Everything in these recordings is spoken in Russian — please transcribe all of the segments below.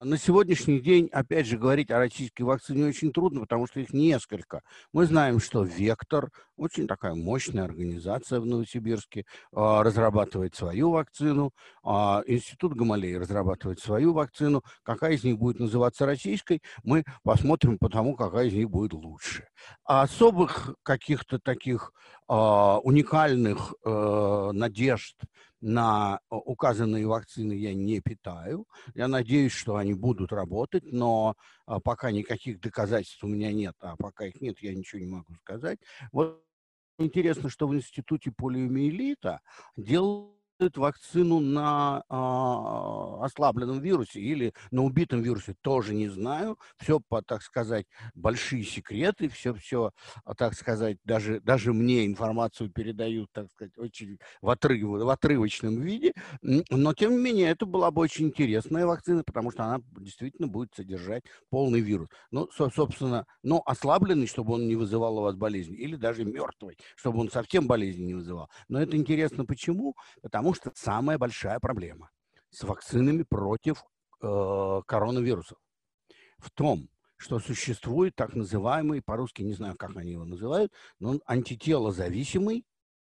На сегодняшний день, опять же, говорить о российской вакцине очень трудно, потому что их несколько. Мы знаем, что «Вектор», очень такая мощная организация в Новосибирске, разрабатывает свою вакцину, Институт Гамалеи разрабатывает свою вакцину. Какая из них будет называться российской, мы посмотрим по тому, какая из них будет лучше. А особых каких-то таких уникальных надежд на указанные вакцины я не питаю. Я надеюсь, что они будут работать, но пока никаких доказательств у меня нет, а пока их нет, я ничего не могу сказать. Вот интересно, что в институте полиомиелита делают вакцину на ослабленном вирусе или на убитом вирусе, тоже не знаю. Все, так сказать, большие секреты, все, так сказать, даже мне информацию передают, так сказать, очень в отрывочном виде. Но, тем не менее, это была бы очень интересная вакцина, потому что она действительно будет содержать полный вирус. Ну, собственно, но ослабленный, чтобы он не вызывал у вас болезни, или даже мертвый, чтобы он совсем болезни не вызывал. Но это интересно почему? Потому что самая большая проблема с вакцинами против коронавирусов в том, что существует так называемый, по-русски не знаю, как они его называют, но он антителозависимый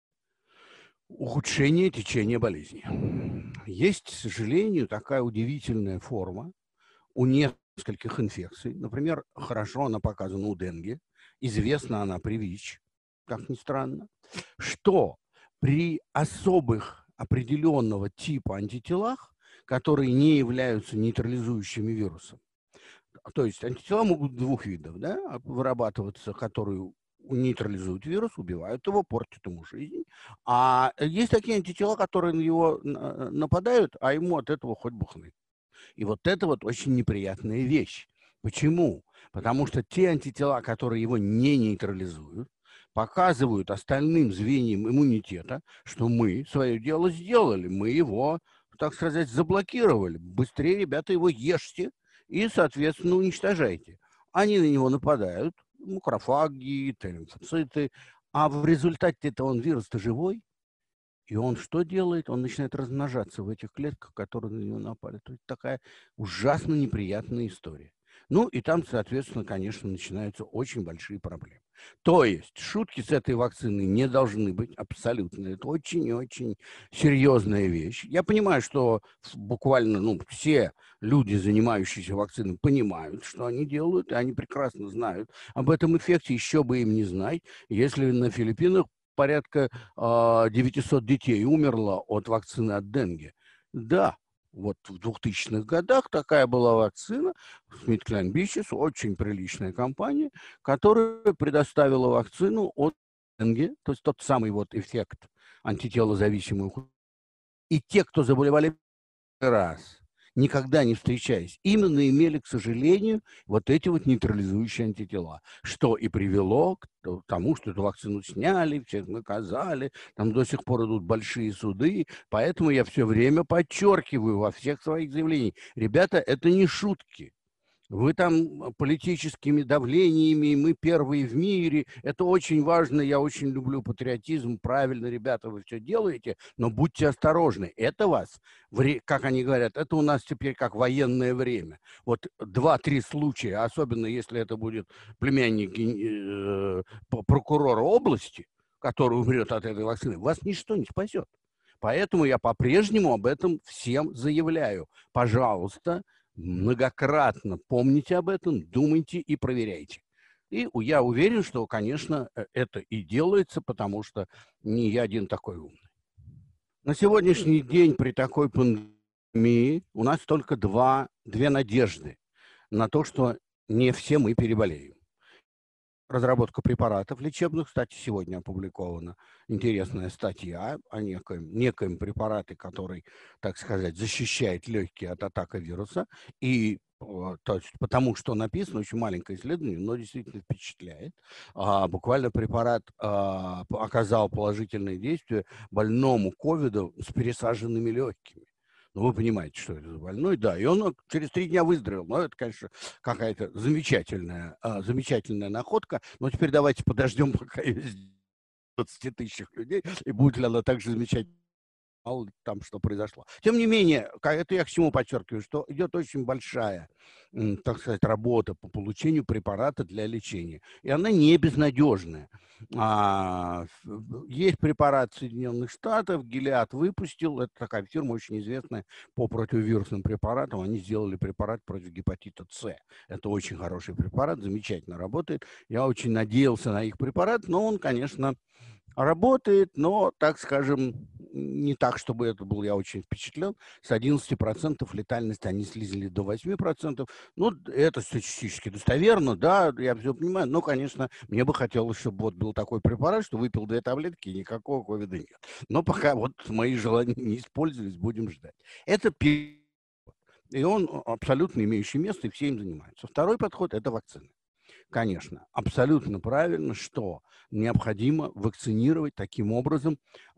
ухудшение течения болезни. Есть, к сожалению, такая удивительная форма у нескольких инфекций. Например, хорошо она показана у денге, известна она при ВИЧ, как ни странно, что при особых определенного типа антителах, которые не являются нейтрализующими вирусом, то есть антитела могут двух видов, да, вырабатываться, которые нейтрализуют вирус, убивают его, портят ему жизнь. А есть такие антитела, которые на него нападают, а ему от этого хоть бы хны. И вот это вот очень неприятная вещь. Почему? Потому что те антитела, которые его не нейтрализуют, показывают остальным звеньям иммунитета, что мы свое дело сделали, мы его, так сказать, заблокировали. Быстрее, ребята, его ешьте и, соответственно, уничтожайте. Они на него нападают, макрофаги, Т-лимфоциты, а в результате этого он вирус-то живой, и он что делает? Он начинает размножаться в этих клетках, которые на него напали. То есть такая ужасно неприятная история. Ну, и там, соответственно, конечно, начинаются очень большие проблемы. То есть шутки с этой вакциной не должны быть абсолютно. Это очень и очень серьезная вещь. Я понимаю, что буквально все люди, занимающиеся вакциной, понимают, что они делают, и они прекрасно знают об этом эффекте, еще бы им не знать. Если на Филиппинах порядка 900 детей умерло от вакцины от денге. Да, вот в 2000-х годах такая была вакцина, Смит-Клайн Бичес, очень приличная компания, которая предоставила вакцину от денге, то есть тот самый вот эффект антителозависимый. И те, кто заболевали раз, никогда не встречаясь, именно имели, к сожалению, вот эти вот нейтрализующие антитела, что и привело к тому, что эту вакцину сняли, всех наказали, там до сих пор идут большие суды, поэтому я все время подчеркиваю во всех своих заявлениях, ребята, это не шутки. Вы там политическими давлениями, мы первые в мире, это очень важно, я очень люблю патриотизм, правильно, ребята, вы все делаете, но будьте осторожны, это вас, как они говорят, это у нас теперь как военное время. Вот 2-3 случая, особенно если это будет племянник прокурора области, который умрет от этой вакцины, вас ничто не спасет. Поэтому я по-прежнему об этом всем заявляю. Пожалуйста, многократно помните об этом, думайте и проверяйте. И я уверен, что, конечно, это и делается, потому что не я один такой умный. На сегодняшний день при такой пандемии у нас только две надежды на то, что не все мы переболеем. Разработка препаратов лечебных. Кстати, сегодня опубликована интересная статья о некоем препарате, который, так сказать, защищает легкие от атака вируса. И то есть, потому что написано, очень маленькое исследование, но действительно впечатляет. Буквально препарат оказал положительное действие больному ковиду с пересаженными легкими. Ну, вы понимаете, что это за больной, да. И он через 3 дня выздоровел. Но это, конечно, какая-то замечательная находка. Но теперь давайте подождем, пока есть 20 тысяч людей, и будет ли она так же замечательна. мало ли там что произошло. Тем не менее, это я к чему подчеркиваю, что идет очень большая, так сказать, работа по получению препарата для лечения. И она не безнадежная. Есть препарат Соединенных Штатов, Gilead выпустил, это такая фирма очень известная по противовирусным препаратам, они сделали препарат против гепатита С. Это очень хороший препарат, замечательно работает. Я очень надеялся на их препарат, но он, конечно, работает, но, так скажем, не так, чтобы это был, я очень впечатлен. С 11% летальности они снизили до 8%. Ну, это статистически достоверно, да, я все понимаю, но, конечно, мне бы хотелось, чтобы вот был такой препарат, что выпил 2 таблетки, и никакого ковида нет. Но пока вот мои желания не использовались, будем ждать. Это первый, и он абсолютно имеющий место, и все им занимаются. Второй подход – это вакцины. Конечно, абсолютно правильно, что необходимо вакцинировать таким образом,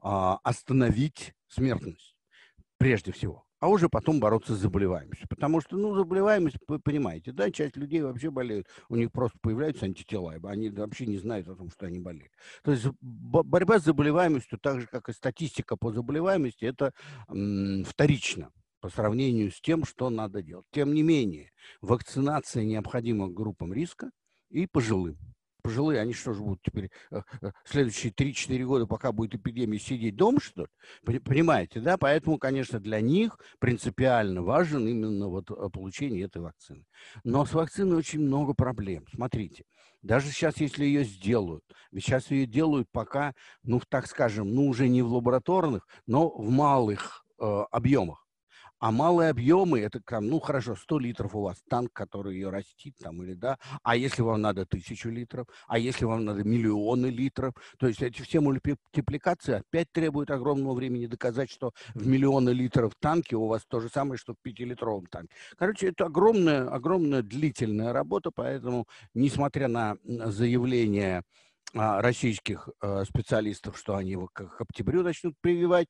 остановить смертность прежде всего, а уже потом бороться с заболеваемостью. Потому что, ну, заболеваемость, вы понимаете, да, часть людей вообще болеют, у них просто появляются антитела, и они вообще не знают о том, что они болеют. То есть борьба с заболеваемостью, так же, как и статистика по заболеваемости, это вторично по сравнению с тем, что надо делать. Тем не менее, вакцинация необходима группам риска и пожилым. Пожилые, они что же будут теперь следующие 3-4 года, пока будет эпидемия, сидеть дома, что ли? Понимаете, да? Поэтому, конечно, для них принципиально важен именно вот получение этой вакцины. Но с вакциной очень много проблем. Смотрите, даже сейчас, если ее сделают, ведь сейчас ее делают пока, ну, так скажем, ну, уже не в лабораторных, но в малых объемах. А малые объемы, это там, ну хорошо, 100 литров у вас танк, который ее растит там или да, а если вам надо 1000 литров, а если вам надо миллионы литров, то есть эти все мультипликации опять требуют огромного времени доказать, что в миллионы литров танке у вас то же самое, что в 5-литровом танке. Короче, это огромная длительная работа, поэтому, несмотря на заявления российских специалистов, что они его к октябрю начнут прививать,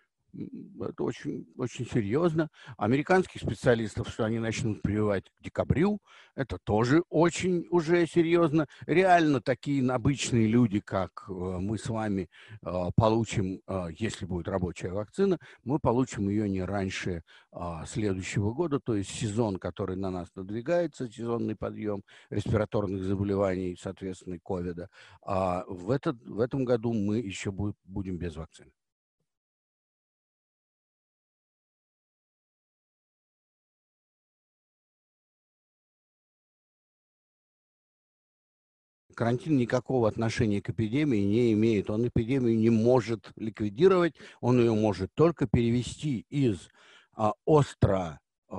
это очень серьезно. Американских специалистов, что они начнут прививать к декабрю, это тоже очень уже серьезно. Реально такие обычные люди, как мы с вами, получим, если будет рабочая вакцина, мы получим ее не раньше следующего года, то есть сезон, который на нас надвигается, сезонный подъем респираторных заболеваний, соответственно, ковида. В этом году мы еще будем без вакцины. Карантин никакого отношения к эпидемии не имеет. Он эпидемию не может ликвидировать, он ее может только перевести из остро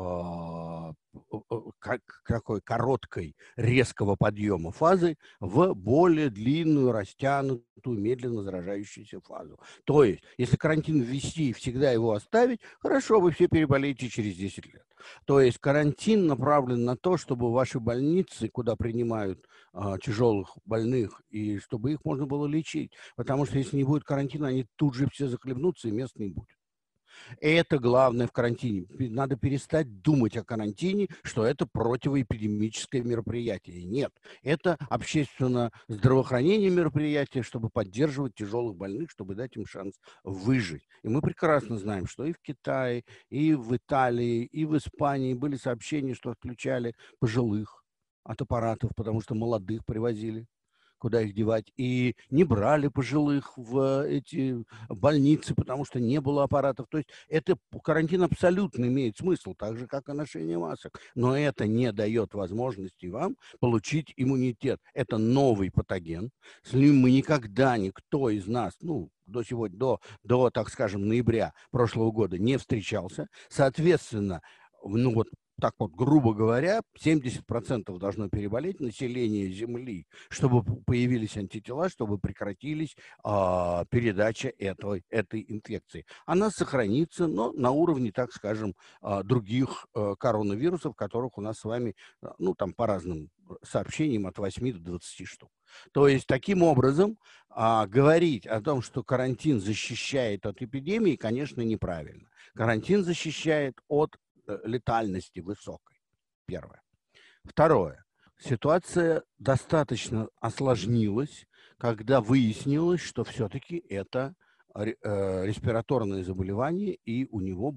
какой короткой резкого подъема фазы в более длинную, растянутую, медленно заражающуюся фазу. То есть, если карантин ввести и всегда его оставить, хорошо, вы все переболеете через 10 лет. То есть карантин направлен на то, чтобы ваши больницы, куда принимают тяжелых больных, и чтобы их можно было лечить. Потому что если не будет карантина, они тут же все захлебнутся, и мест не будет. Это главное в карантине. Надо перестать думать о карантине, что это противоэпидемическое мероприятие. Нет, это общественно здравоохранение мероприятие, чтобы поддерживать тяжелых больных, чтобы дать им шанс выжить. И мы прекрасно знаем, что и в Китае, и в Италии, и в Испании были сообщения, что отключали пожилых от аппаратов, потому что молодых привозили, куда их девать, и не брали пожилых в эти больницы, потому что не было аппаратов. То есть это карантин абсолютно имеет смысл, так же, как и ношение масок. Но это не дает возможности вам получить иммунитет. Это новый патоген. С ним мы никогда, никто из нас, ну, до сегодня, так скажем, ноября прошлого года не встречался. Соответственно, ну вот так вот, грубо говоря, 70% должно переболеть население Земли, чтобы появились антитела, чтобы прекратились передача этой инфекции. Она сохранится, но на уровне, так скажем, других коронавирусов, которых у нас с вами, ну, там по разным сообщениям от 8 до 20 штук. То есть, таким образом, говорить о том, что карантин защищает от эпидемии, конечно, неправильно. Карантин защищает от летальности высокой. Первое. Второе. Ситуация достаточно осложнилась, когда выяснилось, что все-таки это респираторное заболевание, и у него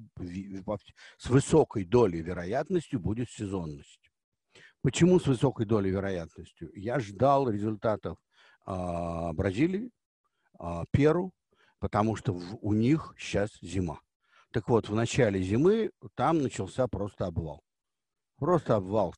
с высокой долей вероятностью будет сезонность. Почему с высокой долей вероятностью? Я ждал результатов Бразилии, Перу, потому что у них сейчас зима. Так вот, в начале зимы там начался просто обвал. Просто обвал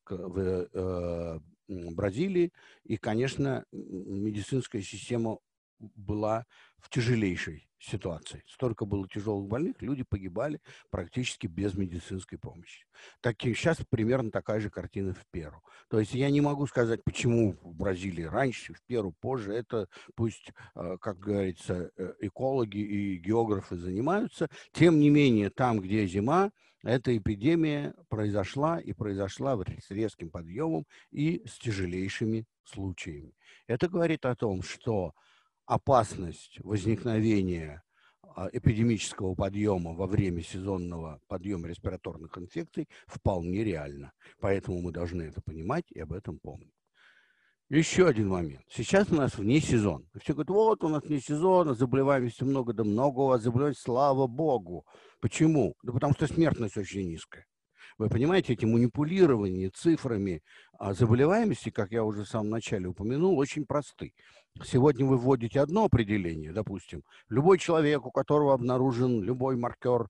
в Бразилии. И, конечно, медицинская система была в тяжелейшей ситуации. Столько было тяжелых больных, люди погибали практически без медицинской помощи. Сейчас примерно такая же картина в Перу. То есть я не могу сказать, почему в Бразилии раньше, в Перу позже. Это пусть, как говорится, экологи и географы занимаются. Тем не менее, там, где зима, эта эпидемия произошла с резким подъемом и с тяжелейшими случаями. Это говорит о том, что опасность возникновения эпидемического подъема во время сезонного подъема респираторных инфекций вполне реальна. Поэтому мы должны это понимать и об этом помнить. Еще один момент. Сейчас у нас вне сезон. Все говорят, вот у нас вне сезона, заболеваемости много, да много у вас заболеваемости, слава богу. Почему? Да потому что смертность очень низкая. Вы понимаете, эти манипулирования цифрами заболеваемости, как я уже в самом начале упомянул, очень просты. Сегодня вы вводите одно определение, допустим, любой человек, у которого обнаружен любой маркер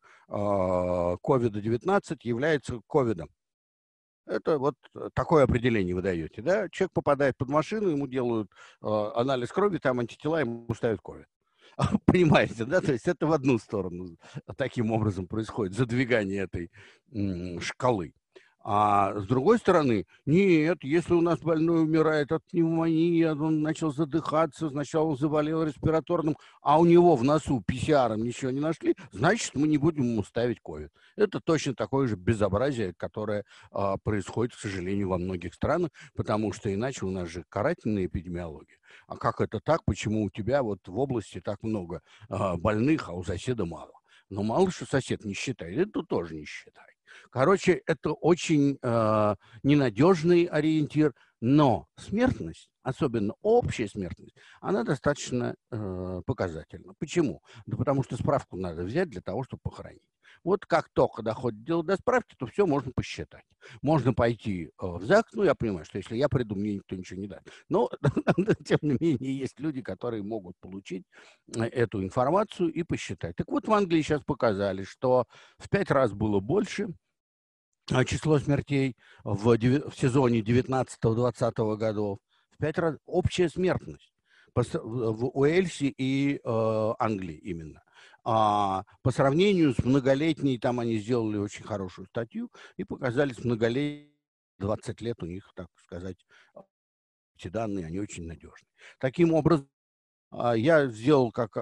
COVID-19, является ковидом. Это вот такое определение вы даете, да? Человек попадает под машину, ему делают анализ крови, там антитела, ему ставят ковид. Понимаете, да? То есть это в одну сторону таким образом происходит задвигание этой шкалы. А с другой стороны, нет, если у нас больной умирает от пневмонии, он начал задыхаться, сначала он заболел респираторным, а у него в носу PCR ничего не нашли, значит, мы не будем ему ставить ковид. Это точно такое же безобразие, которое происходит, к сожалению, во многих странах, потому что иначе у нас же карательная эпидемиология. А как это так? Почему у тебя вот в области так много больных, а у соседа мало? Но мало что сосед не считает, это тоже не считает. Короче, это очень ненадежный ориентир, но смертность, особенно общая смертность, она достаточно показательна. Почему? Да потому что справку надо взять для того, чтобы похоронить. Вот как только доходит дело до справки, то все можно посчитать. Можно пойти в ЗАГС, ну, я понимаю, что если я приду, мне никто ничего не даст. Но, тем не менее, есть люди, которые могут получить эту информацию и посчитать. Так вот, в Англии сейчас показали, что в 5 раз было больше число смертей в сезоне 19-20 годов. В 5 раз общая смертность в Уэльсе и Англии именно. По сравнению с многолетней, там они сделали очень хорошую статью и показали с многолетней, 20 лет у них, так сказать, эти данные, они очень надежны. Таким образом, я сделал, как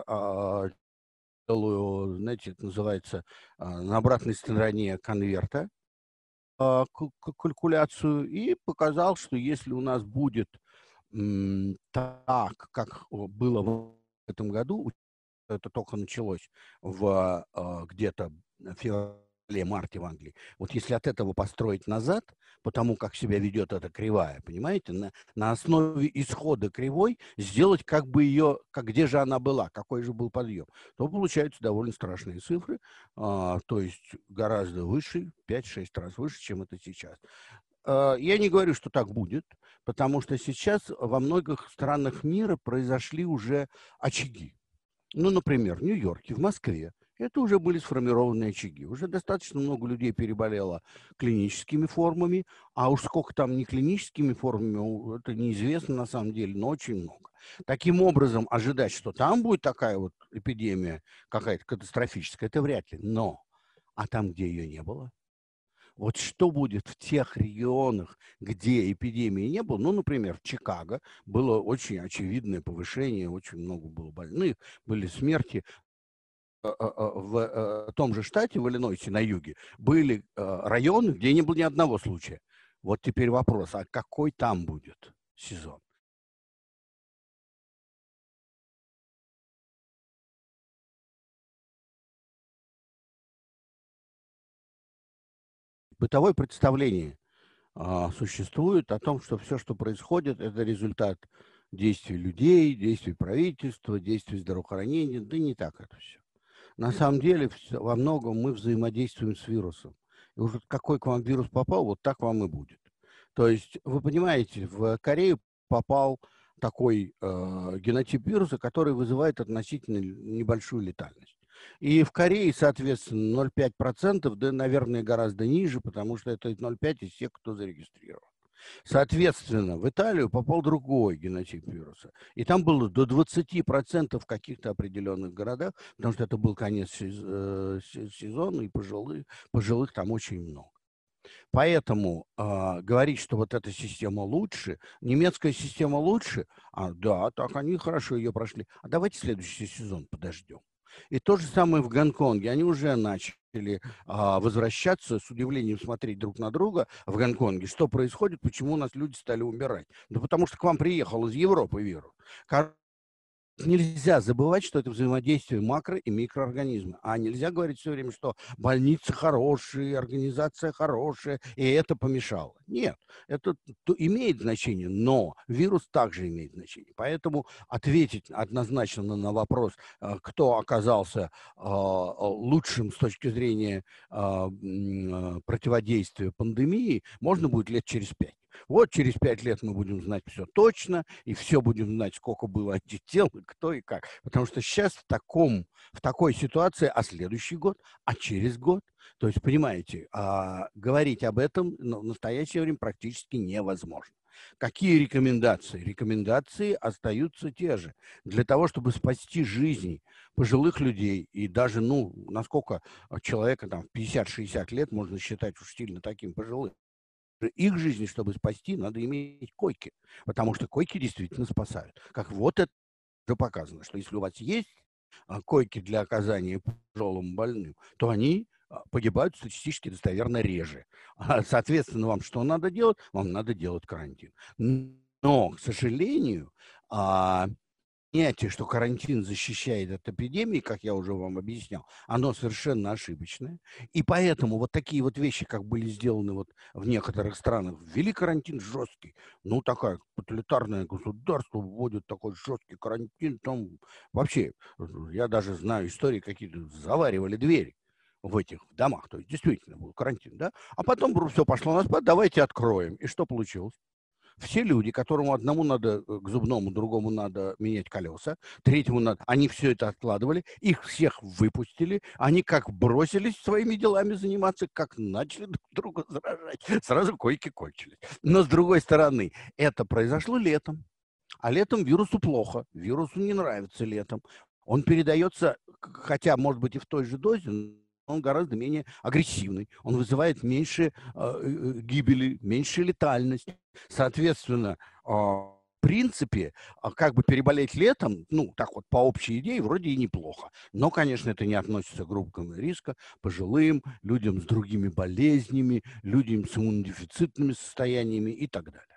делаю, знаете, это называется на обратной стороне конверта, калькуляцию и показал, что если у нас будет так, как было в этом году, это только началось где-то в феврале-марте в Англии. Вот если от этого построить назад, потому как себя ведет эта кривая, понимаете, на основе исхода кривой сделать как бы ее, где же она была, какой же был подъем, то получаются довольно страшные цифры, то есть гораздо выше, 5-6 раз выше, чем это сейчас. Я не говорю, что так будет, потому что сейчас во многих странах мира произошли уже очаги. Ну, например, в Нью-Йорке, в Москве. Это уже были сформированные очаги. Уже достаточно много людей переболело клиническими формами, а уж сколько там не клиническими формами, это неизвестно на самом деле, но очень много. Таким образом, ожидать, что там будет такая вот эпидемия какая-то катастрофическая, это вряд ли. Но, а там, где ее не было? Вот что будет в тех регионах, где эпидемии не было, ну, например, в Чикаго было очень очевидное повышение, очень много было больных, были смерти. В том же штате, в Иллинойсе, на юге, были районы, где не было ни одного случая. Вот теперь вопрос, а какой там будет сезон? Бытовое представление существует о том, что все, что происходит, это результат действий людей, действий правительства, действий здравоохранения. Да не так это все. На самом деле во многом мы взаимодействуем с вирусом. И уже какой к вам вирус попал, вот так вам и будет. То есть, вы понимаете, в Корею попал такой генотип вируса, который вызывает относительно небольшую летальность. И в Корее, соответственно, 0,5%, да, наверное, гораздо ниже, потому что это 0,5 из тех, кто зарегистрирован. Соответственно, в Италию попал другой генотип вируса. И там было до 20% в каких-то определенных городах, потому что это был конец сезона, и пожилых там очень много. Поэтому говорить, что вот эта система лучше, немецкая система лучше, да, так они хорошо ее прошли. А давайте следующий сезон подождем. И то же самое в Гонконге. Они уже начали возвращаться, с удивлением смотреть друг на друга в Гонконге. Что происходит, почему у нас люди стали умирать? Да потому что к вам приехал из Европы вирус. Нельзя забывать, что это взаимодействие макро- и микроорганизма. А нельзя говорить все время, что больницы хорошие, организация хорошая, и это помешало. Нет, это имеет значение, но вирус также имеет значение. Поэтому ответить однозначно на вопрос, кто оказался лучшим с точки зрения противодействия пандемии, можно будет лет через 5. Вот через 5 лет мы будем знать все точно, и все будем знать, сколько было антител, кто и как. Потому что сейчас в такой ситуации, а следующий год, а через год. То есть, понимаете, говорить об этом в настоящее время практически невозможно. Какие рекомендации? Рекомендации остаются те же. Для того, чтобы спасти жизни пожилых людей, и даже, насколько человека там в 50-60 лет можно считать уж сильно таким пожилым, их жизни, чтобы спасти, надо иметь койки, потому что койки действительно спасают. Как вот это уже показано, что если у вас есть койки для оказания тяжелым больным, то они погибают статистически достоверно реже. Соответственно, вам что надо делать? Вам надо делать карантин. Но, к сожалению, понятие, что карантин защищает от эпидемии, как я уже вам объяснял, оно совершенно ошибочное. И поэтому вот такие вот вещи, как были сделаны вот в некоторых странах, ввели карантин жесткий. Такая тоталитарное государство вводит такой жесткий карантин. Там вообще, я даже знаю истории, какие-то заваривали двери в этих домах. То есть действительно был карантин, да? А потом все пошло на спад, давайте откроем. И что получилось? Все люди, которому одному надо к зубному, другому надо менять колеса, третьему надо, они все это откладывали, их всех выпустили, они как бросились своими делами заниматься, как начали друг друга заражать, сразу койки кончились. Но с другой стороны, это произошло летом, а летом вирусу плохо, вирусу не нравится летом. Он передается, хотя, может быть, и в той же дозе, но он гораздо менее агрессивный. Он вызывает меньше гибели, меньше летальность. Соответственно, в принципе, как бы переболеть летом, так вот по общей идее, вроде и неплохо. Но, конечно, это не относится к группам риска, пожилым, людям с другими болезнями, людям с иммунодефицитными состояниями и так далее.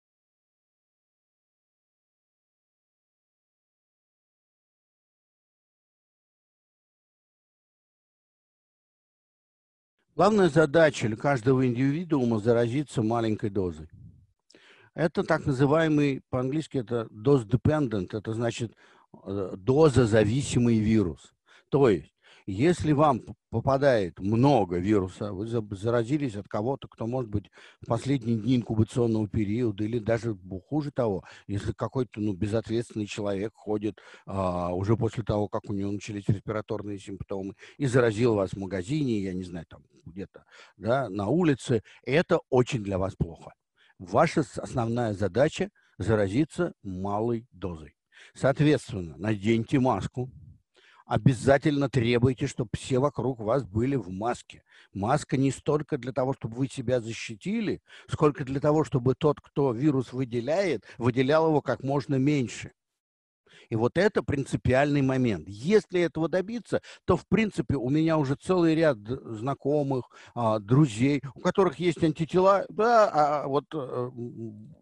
Главная задача для каждого индивидуума заразиться маленькой дозой. Это так называемый, по-английски это dose dependent, это значит дозозависимый вирус. То есть, если вам попадает много вируса, вы заразились от кого-то, кто, может быть, в последние дни инкубационного периода, или даже хуже того, если какой-то безответственный человек ходит уже после того, как у него начались респираторные симптомы, и заразил вас в магазине, я не знаю, там где-то, да, на улице, это очень для вас плохо. Ваша основная задача – заразиться малой дозой. Соответственно, наденьте маску. Обязательно требуйте, чтобы все вокруг вас были в маске. Маска не столько для того, чтобы вы себя защитили, сколько для того, чтобы тот, кто вирус выделяет, выделял его как можно меньше. И вот это принципиальный момент. Если этого добиться, то, в принципе, у меня уже целый ряд знакомых, друзей, у которых есть антитела, да,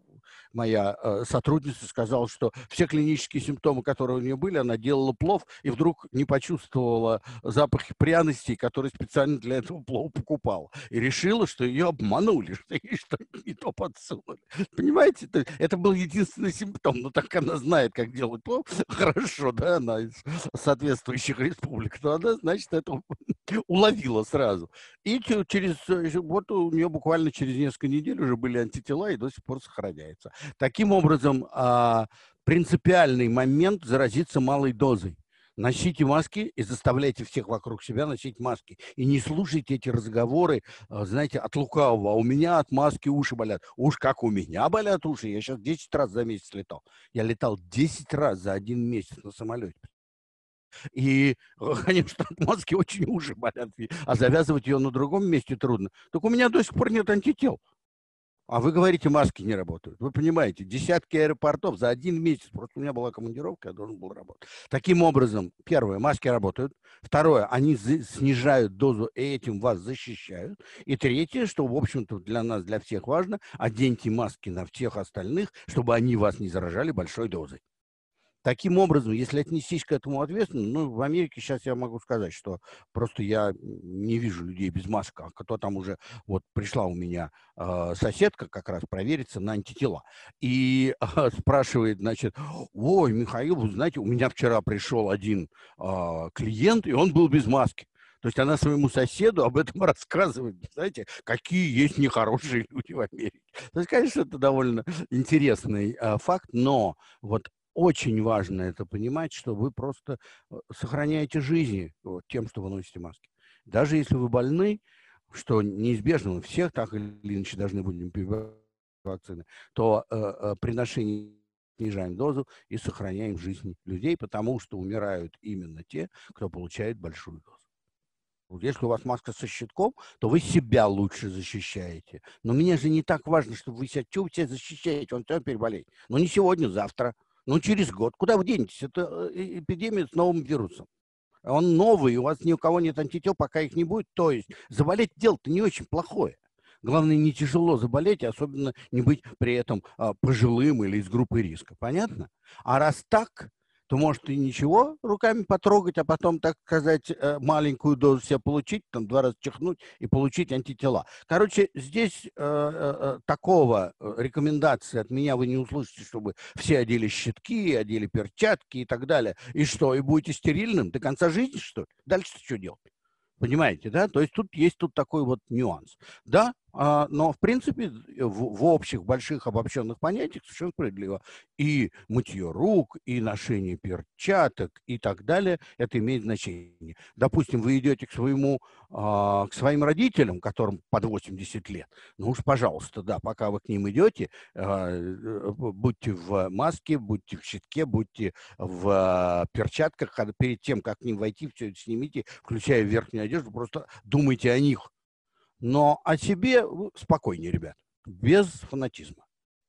моя сотрудница сказала, что все клинические симптомы, которые у нее были, она делала плов и вдруг не почувствовала запах пряностей, которые специально для этого плова покупала. И решила, что ее обманули, что ей что-то не то подсунули. Понимаете? Это был единственный симптом. Но так она знает, как делать плов. Хорошо, да, она из соответствующих республик. То она, значит, это уловила сразу. И вот у нее буквально через несколько недель уже были антитела и до сих пор сохраняется. Таким образом, принципиальный момент заразиться малой дозой. Носите маски и заставляйте всех вокруг себя носить маски. И не слушайте эти разговоры, знаете, от лукавого. А у меня от маски уши болят. Уж как у меня болят уши. Я сейчас 10 раз за месяц летал. Я летал 10 раз за один месяц на самолете. И, конечно, от маски очень уши болят, а завязывать ее на другом месте трудно. Так у меня до сих пор нет антител. А вы говорите, маски не работают. Вы понимаете, десятки аэропортов за один месяц. Просто у меня была командировка, я должен был работать. Таким образом, первое, маски работают. Второе, они снижают дозу и этим вас защищают. И третье, что, в общем-то, для нас, для всех важно, оденьте маски на всех остальных, чтобы они вас не заражали большой дозой. Таким образом, если отнестись к этому ответственно, ну, в Америке сейчас я могу сказать, что просто я не вижу людей без масок, а кто там уже, вот пришла у меня соседка как раз провериться на антитела, и спрашивает, значит, ой, Михаил, вы знаете, у меня вчера пришел один клиент, и он был без маски. То есть она своему соседу об этом рассказывает, знаете, какие есть нехорошие люди в Америке. То есть, конечно, это довольно интересный факт, но вот очень важно это понимать, что вы просто сохраняете жизни вот, тем, что вы носите маски. Даже если вы больны, что неизбежно, мы всех так или иначе должны будем прививать вакцины, то при ношении снижаем дозу и сохраняем жизнь людей, потому что умирают именно те, кто получает большую дозу. Вот если у вас маска со щитком, то вы себя лучше защищаете. Но мне же не так важно, чтобы вы себя, что вы себя защищаете, он все переболеет. Но не сегодня, завтра, но через год. Куда вы денетесь? Это эпидемия с новым вирусом. Он новый, у вас ни у кого нет антител, пока их не будет. То есть заболеть дело-то не очень плохое. Главное, не тяжело заболеть, и особенно не быть при этом пожилым или из группы риска. Понятно? А раз так, то может и ничего руками потрогать, а потом, так сказать, маленькую дозу себе получить, там 2 раза чихнуть и получить антитела. Короче, здесь такого рекомендации от меня вы не услышите, чтобы все одели щитки, одели перчатки и так далее. И что, и будете стерильным до конца жизни, что ли? Дальше что делать? Понимаете, да? То есть тут есть такой вот нюанс. Да, но в принципе в общих больших обобщенных понятиях совершенно справедливо. И мытье рук, и ношение перчаток и так далее, это имеет значение. Допустим, вы идете к своим родителям, которым под 80 лет, ну уж, пожалуйста, да, пока вы к ним идете, будьте в маске, будьте в щитке, будьте в перчатках, перед тем, как к ним войти, все это снимите, включая верхнюю одежду, просто думайте о них. Но о себе спокойнее, ребят, без фанатизма.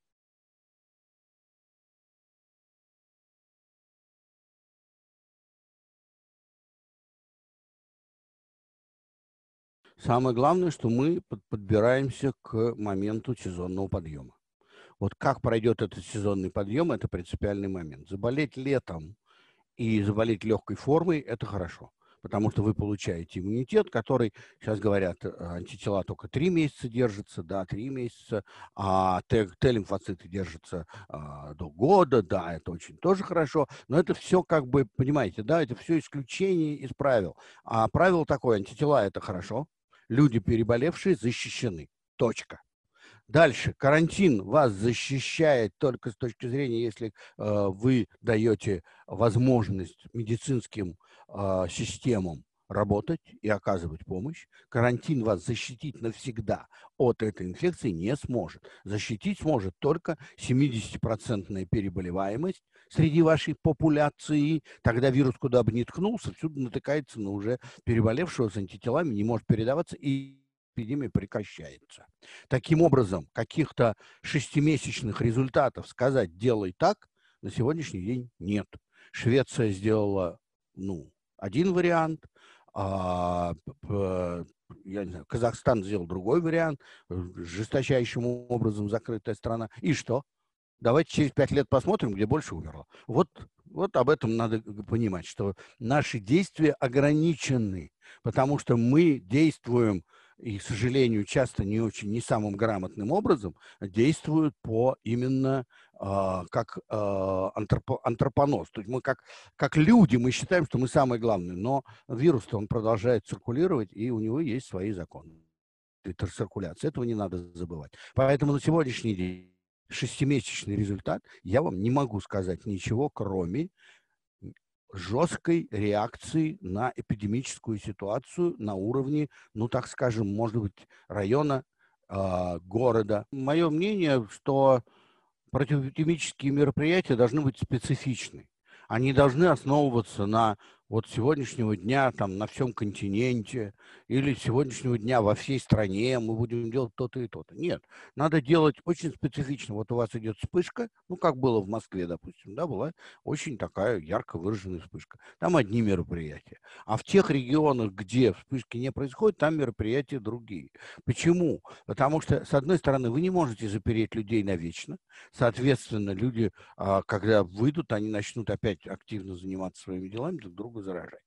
Самое главное, что мы подбираемся к моменту сезонного подъема. Вот как пройдет этот сезонный подъем, это принципиальный момент. Заболеть летом и заболеть легкой формой – это хорошо, потому что вы получаете иммунитет, который, сейчас говорят, антитела только 3 месяца держатся, да, 3 месяца, а Т-лимфоциты держатся до года, да, это очень тоже хорошо, но это все как бы, понимаете, да, это все исключение из правил. А правило такое, антитела – это хорошо, люди, переболевшие, защищены, точка. Дальше. Карантин вас защищает только с точки зрения, если вы даете возможность медицинским системам работать и оказывать помощь. Карантин вас защитить навсегда от этой инфекции не сможет. Защитить сможет только 70% переболеваемость среди вашей популяции. Тогда вирус куда бы ни ткнулся, всюду натыкается на уже переболевшего с антителами, не может передаваться, и эпидемия прекращается. Таким образом, каких-то 6-месячных результатов сказать «делай так» на сегодняшний день нет. Швеция сделала, ну, один вариант, а, я не знаю, Казахстан сделал другой вариант, жесточайшим образом закрытая страна. И что? Давайте через 5 лет посмотрим, где больше умерло. Вот об этом надо понимать, что наши действия ограничены, потому что мы действуем, и, к сожалению, часто не самым грамотным образом, действуют по именно как антропонос. То есть мы как люди, мы считаем, что мы самые главные, но вирус-то он продолжает циркулировать, и у него есть свои законы циркуляции. Этого не надо забывать. Поэтому на сегодняшний день шестимесячный результат, я вам не могу сказать ничего, кроме жесткой реакции на эпидемическую ситуацию на уровне, ну, так скажем, может быть, района, города. Мое мнение, что противоэпидемические мероприятия должны быть специфичны. Они должны основываться на вот сегодняшнего дня там на всем континенте или сегодняшнего дня во всей стране мы будем делать то-то и то-то. Нет, надо делать очень специфично. Вот у вас идет вспышка, ну, как было в Москве, допустим, да, была очень такая ярко выраженная вспышка. Там одни мероприятия. А в тех регионах, где вспышки не происходят, там мероприятия другие. Почему? Потому что, с одной стороны, вы не можете запереть людей навечно. Соответственно, люди, когда выйдут, они начнут опять активно заниматься своими делами, друг друга заражать.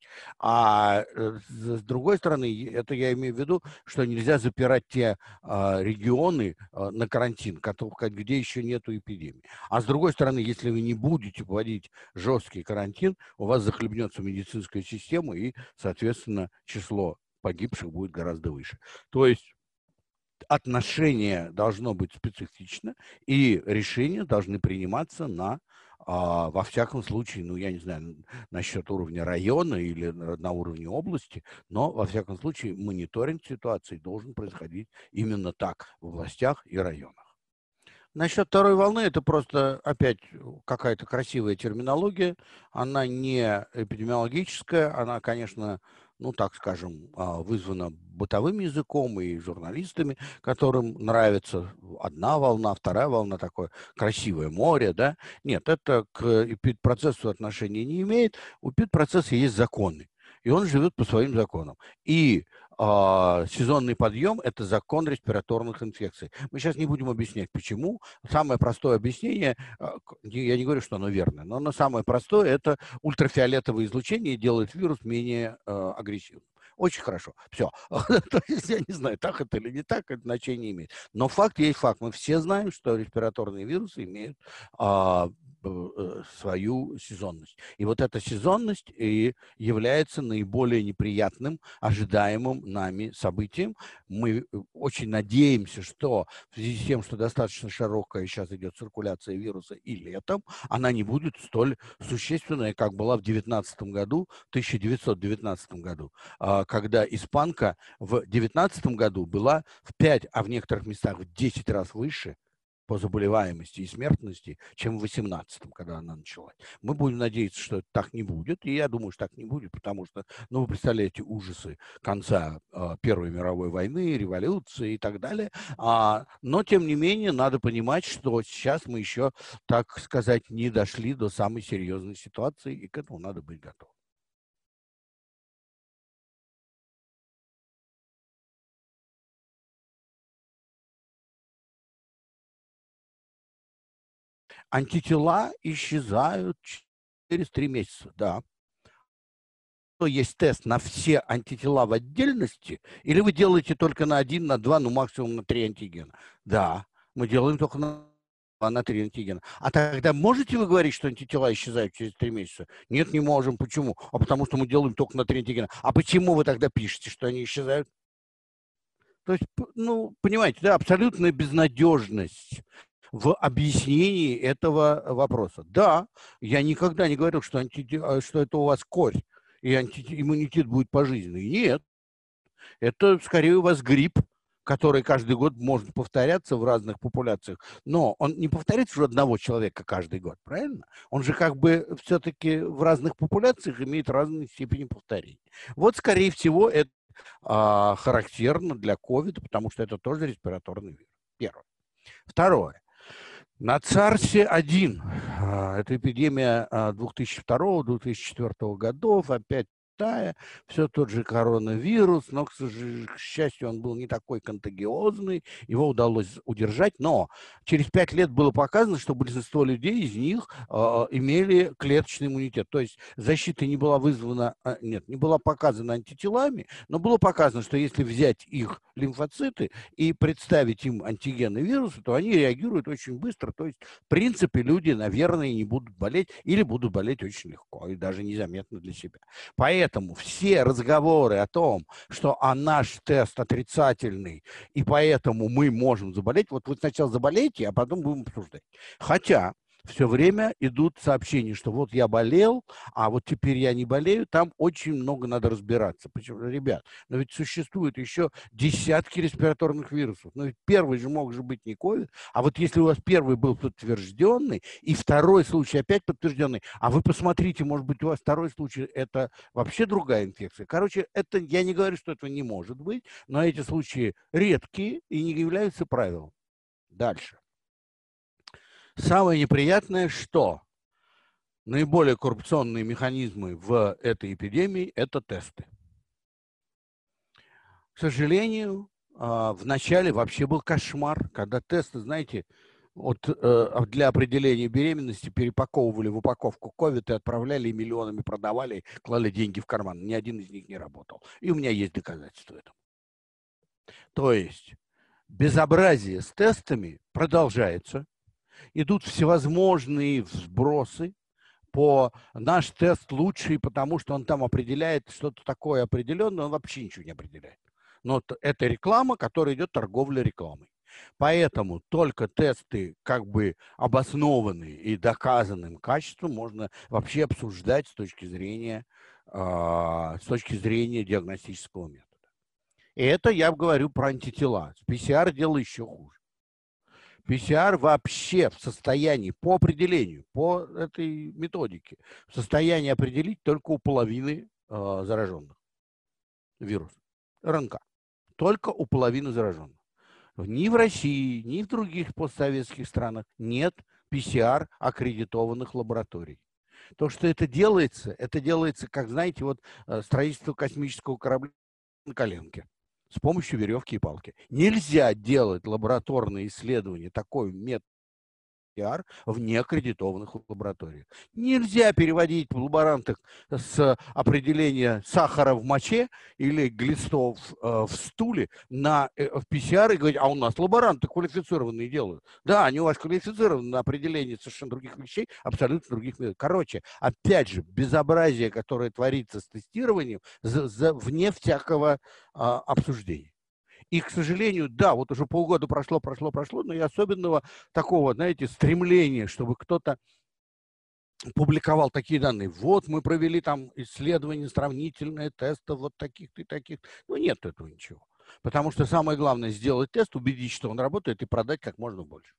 С другой стороны, это я имею в виду, что нельзя запирать те регионы на карантин, где еще нету эпидемии. А с другой стороны, если вы не будете вводить жесткий карантин, у вас захлебнется медицинская система, и, соответственно, число погибших будет гораздо выше. То есть отношение должно быть специфично, и решения должны приниматься во всяком случае, ну, я не знаю, насчет уровня района или на уровне области, но, во всяком случае, мониторинг ситуации должен происходить именно так в областях и районах. Насчет второй волны, это просто опять какая-то красивая терминология, она не эпидемиологическая, она, конечно, ну, так скажем, вызвана бытовым языком и журналистами, которым нравится одна волна, вторая волна, такое красивое море, да. Нет, это к эпидпроцессу отношения не имеет, у эпидпроцесса есть законы, и он живет по своим законам. И сезонный подъем – это закон респираторных инфекций. Мы сейчас не будем объяснять, почему. Самое простое объяснение, я не говорю, что оно верное, но самое простое – это ультрафиолетовое излучение делает вирус менее агрессивным. Очень хорошо. Все. То есть, я не знаю, так это или не так, это значение не имеет. Но факт есть факт. Мы все знаем, что респираторные вирусы имеют свою сезонность. И вот эта сезонность и является наиболее неприятным, ожидаемым нами событием. Мы очень надеемся, что в связи с тем, что достаточно широкая сейчас идет циркуляция вируса и летом, она не будет столь существенная, как была в 1919 году, когда испанка в 19 году была в 5, а в некоторых местах в 10 раз выше по заболеваемости и смертности, чем в 18-м, когда она началась. Мы будем надеяться, что это так не будет, и я думаю, что так не будет, потому что, ну, вы представляете ужасы конца Первой мировой войны, революции и так далее. Но, тем не менее, надо понимать, что сейчас мы еще, так сказать, не дошли до самой серьезной ситуации, и к этому надо быть готовым. Антитела исчезают через 3 месяца, да. Есть тест на все антитела в отдельности, или вы делаете только на 1, на 2, ну максимум на 3 антигена? Да, мы делаем только на 3 антигена. А тогда можете вы говорить, что антитела исчезают через 3 месяца? Нет, не можем. Почему? А потому что мы делаем только на 3 антигена. А почему вы тогда пишете, что они исчезают? То есть, ну, понимаете, да, абсолютная безнадежность в объяснении этого вопроса. Да, я никогда не говорил, что это у вас корь, и иммунитет будет пожизненный. Нет, это скорее у вас грипп, который каждый год может повторяться в разных популяциях. Но он не повторяется уже одного человека каждый год, правильно? Он же как бы все-таки в разных популяциях имеет разные степени повторения. Вот, скорее всего, это характерно для ковида, потому что это тоже респираторный вирус. Первое. Второе. На ЦАРСе-1, это эпидемия 2002-2004 годов, опять Китая, все тот же коронавирус, но, к счастью, он был не такой контагиозный, его удалось удержать, но через 5 лет было показано, что большинство людей из них имели клеточный иммунитет, то есть защита не была вызвана, нет, не была показана антителами, но было показано, что если взять их лимфоциты и представить им антигены вируса, то они реагируют очень быстро, то есть в принципе люди, наверное, не будут болеть или будут болеть очень легко и даже незаметно для себя. Поэтому все разговоры о том, что наш тест отрицательный, и поэтому мы можем заболеть, вот вы сначала заболеете, а потом будем обсуждать. Хотя все время идут сообщения, что вот я болел, а вот теперь я не болею, там очень много надо разбираться. Почему, ребят, но ведь существует еще десятки респираторных вирусов. Но ведь первый же мог же быть не ковид, а вот если у вас первый был подтвержденный, и второй случай опять подтвержденный, а вы посмотрите, может быть, у вас второй случай, это вообще другая инфекция. Короче, это, я не говорю, что этого не может быть, но эти случаи редкие и не являются правилом. Дальше. Самое неприятное, что наиболее коррупционные механизмы в этой эпидемии – это тесты. К сожалению, в начале вообще был кошмар, когда тесты, знаете, для определения беременности перепаковывали в упаковку ковид и отправляли, и миллионами продавали, клали деньги в карман. Ни один из них не работал. И у меня есть доказательства этого. То есть безобразие с тестами продолжается. Идут всевозможные сбросы по наш тест лучший, потому что он там определяет что-то такое определенное, он вообще ничего не определяет. Но это реклама, которая идет торговля рекламой. Поэтому только тесты как бы обоснованные и доказанным качеством можно вообще обсуждать с точки зрения диагностического метода. И это я говорю про антитела. С ПЦР дело еще хуже. ПЦР вообще в состоянии, по определению, по этой методике, в состоянии определить только у половины зараженных вирус, РНК. Только у половины зараженных. Ни в России, ни в других постсоветских странах нет ПЦР аккредитованных лабораторий. То, что это делается, как, знаете, вот строительство космического корабля на коленке с помощью веревки и палки. Нельзя делать лабораторные исследования такой метод в неаккредитованных лабораториях. Нельзя переводить в лаборантах с определения сахара в моче или глистов в стуле на в ПЦР и говорить, а у нас лаборанты квалифицированные делают. Да, они у вас квалифицированы на определение совершенно других вещей, абсолютно других методов. Короче, опять же, безобразие, которое творится с тестированием, вне всякого обсуждения. И, к сожалению, да, вот уже полгода прошло, но и особенного такого, знаете, стремления, чтобы кто-то публиковал такие данные. Вот мы провели там исследование сравнительное тестов вот таких-то и таких. Ну, нет этого ничего. Потому что самое главное сделать тест, убедить, что он работает, и продать как можно больше.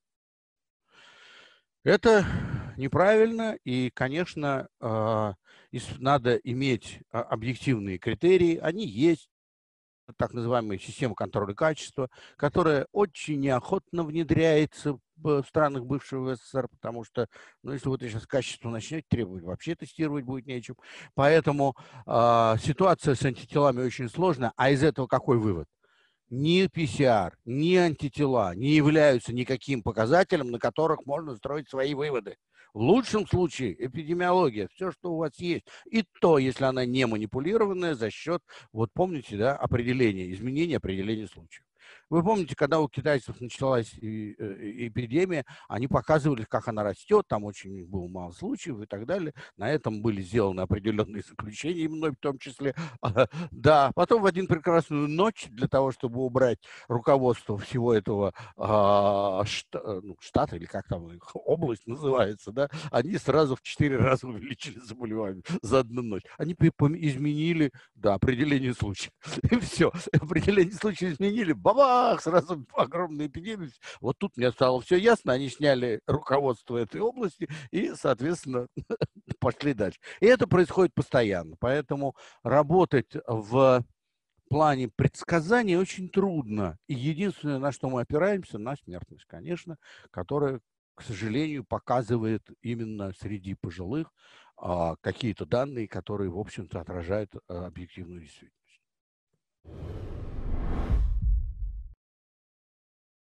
Это неправильно, и, конечно, надо иметь объективные критерии. Они есть. Так называемая система контроля качества, которая очень неохотно внедряется в странах бывшего СССР, потому что, ну, если вот сейчас качество начнете требовать, вообще тестировать будет нечем. Поэтому ситуация с антителами очень сложная. А из этого какой вывод? Ни ПЦР, ни антитела не являются никаким показателем, на которых можно строить свои выводы. В лучшем случае эпидемиология, все, что у вас есть. И то, если она не манипулированная за счет, вот помните, да, изменения определения случаев. Вы помните, когда у китайцев началась эпидемия, они показывали, как она растет, там очень было мало случаев и так далее. На этом были сделаны определенные заключения, и мной в том числе. Да, потом в один прекрасную ночь, для того, чтобы убрать руководство всего этого штата, или как там область называется, да, они сразу в 4 раза увеличили заболевание за одну ночь. Они изменили, да, определение случая. И все, определение случая изменили, баба! Сразу огромная эпидемия. Вот тут мне стало все ясно. Они сняли руководство этой области и, соответственно, пошли дальше. И это происходит постоянно. Поэтому работать в плане предсказания очень трудно. И единственное, на что мы опираемся, на смертность, конечно, которая к сожалению, показывает именно среди пожилых какие-то данные, которые, в общем-то, отражают объективную действительность.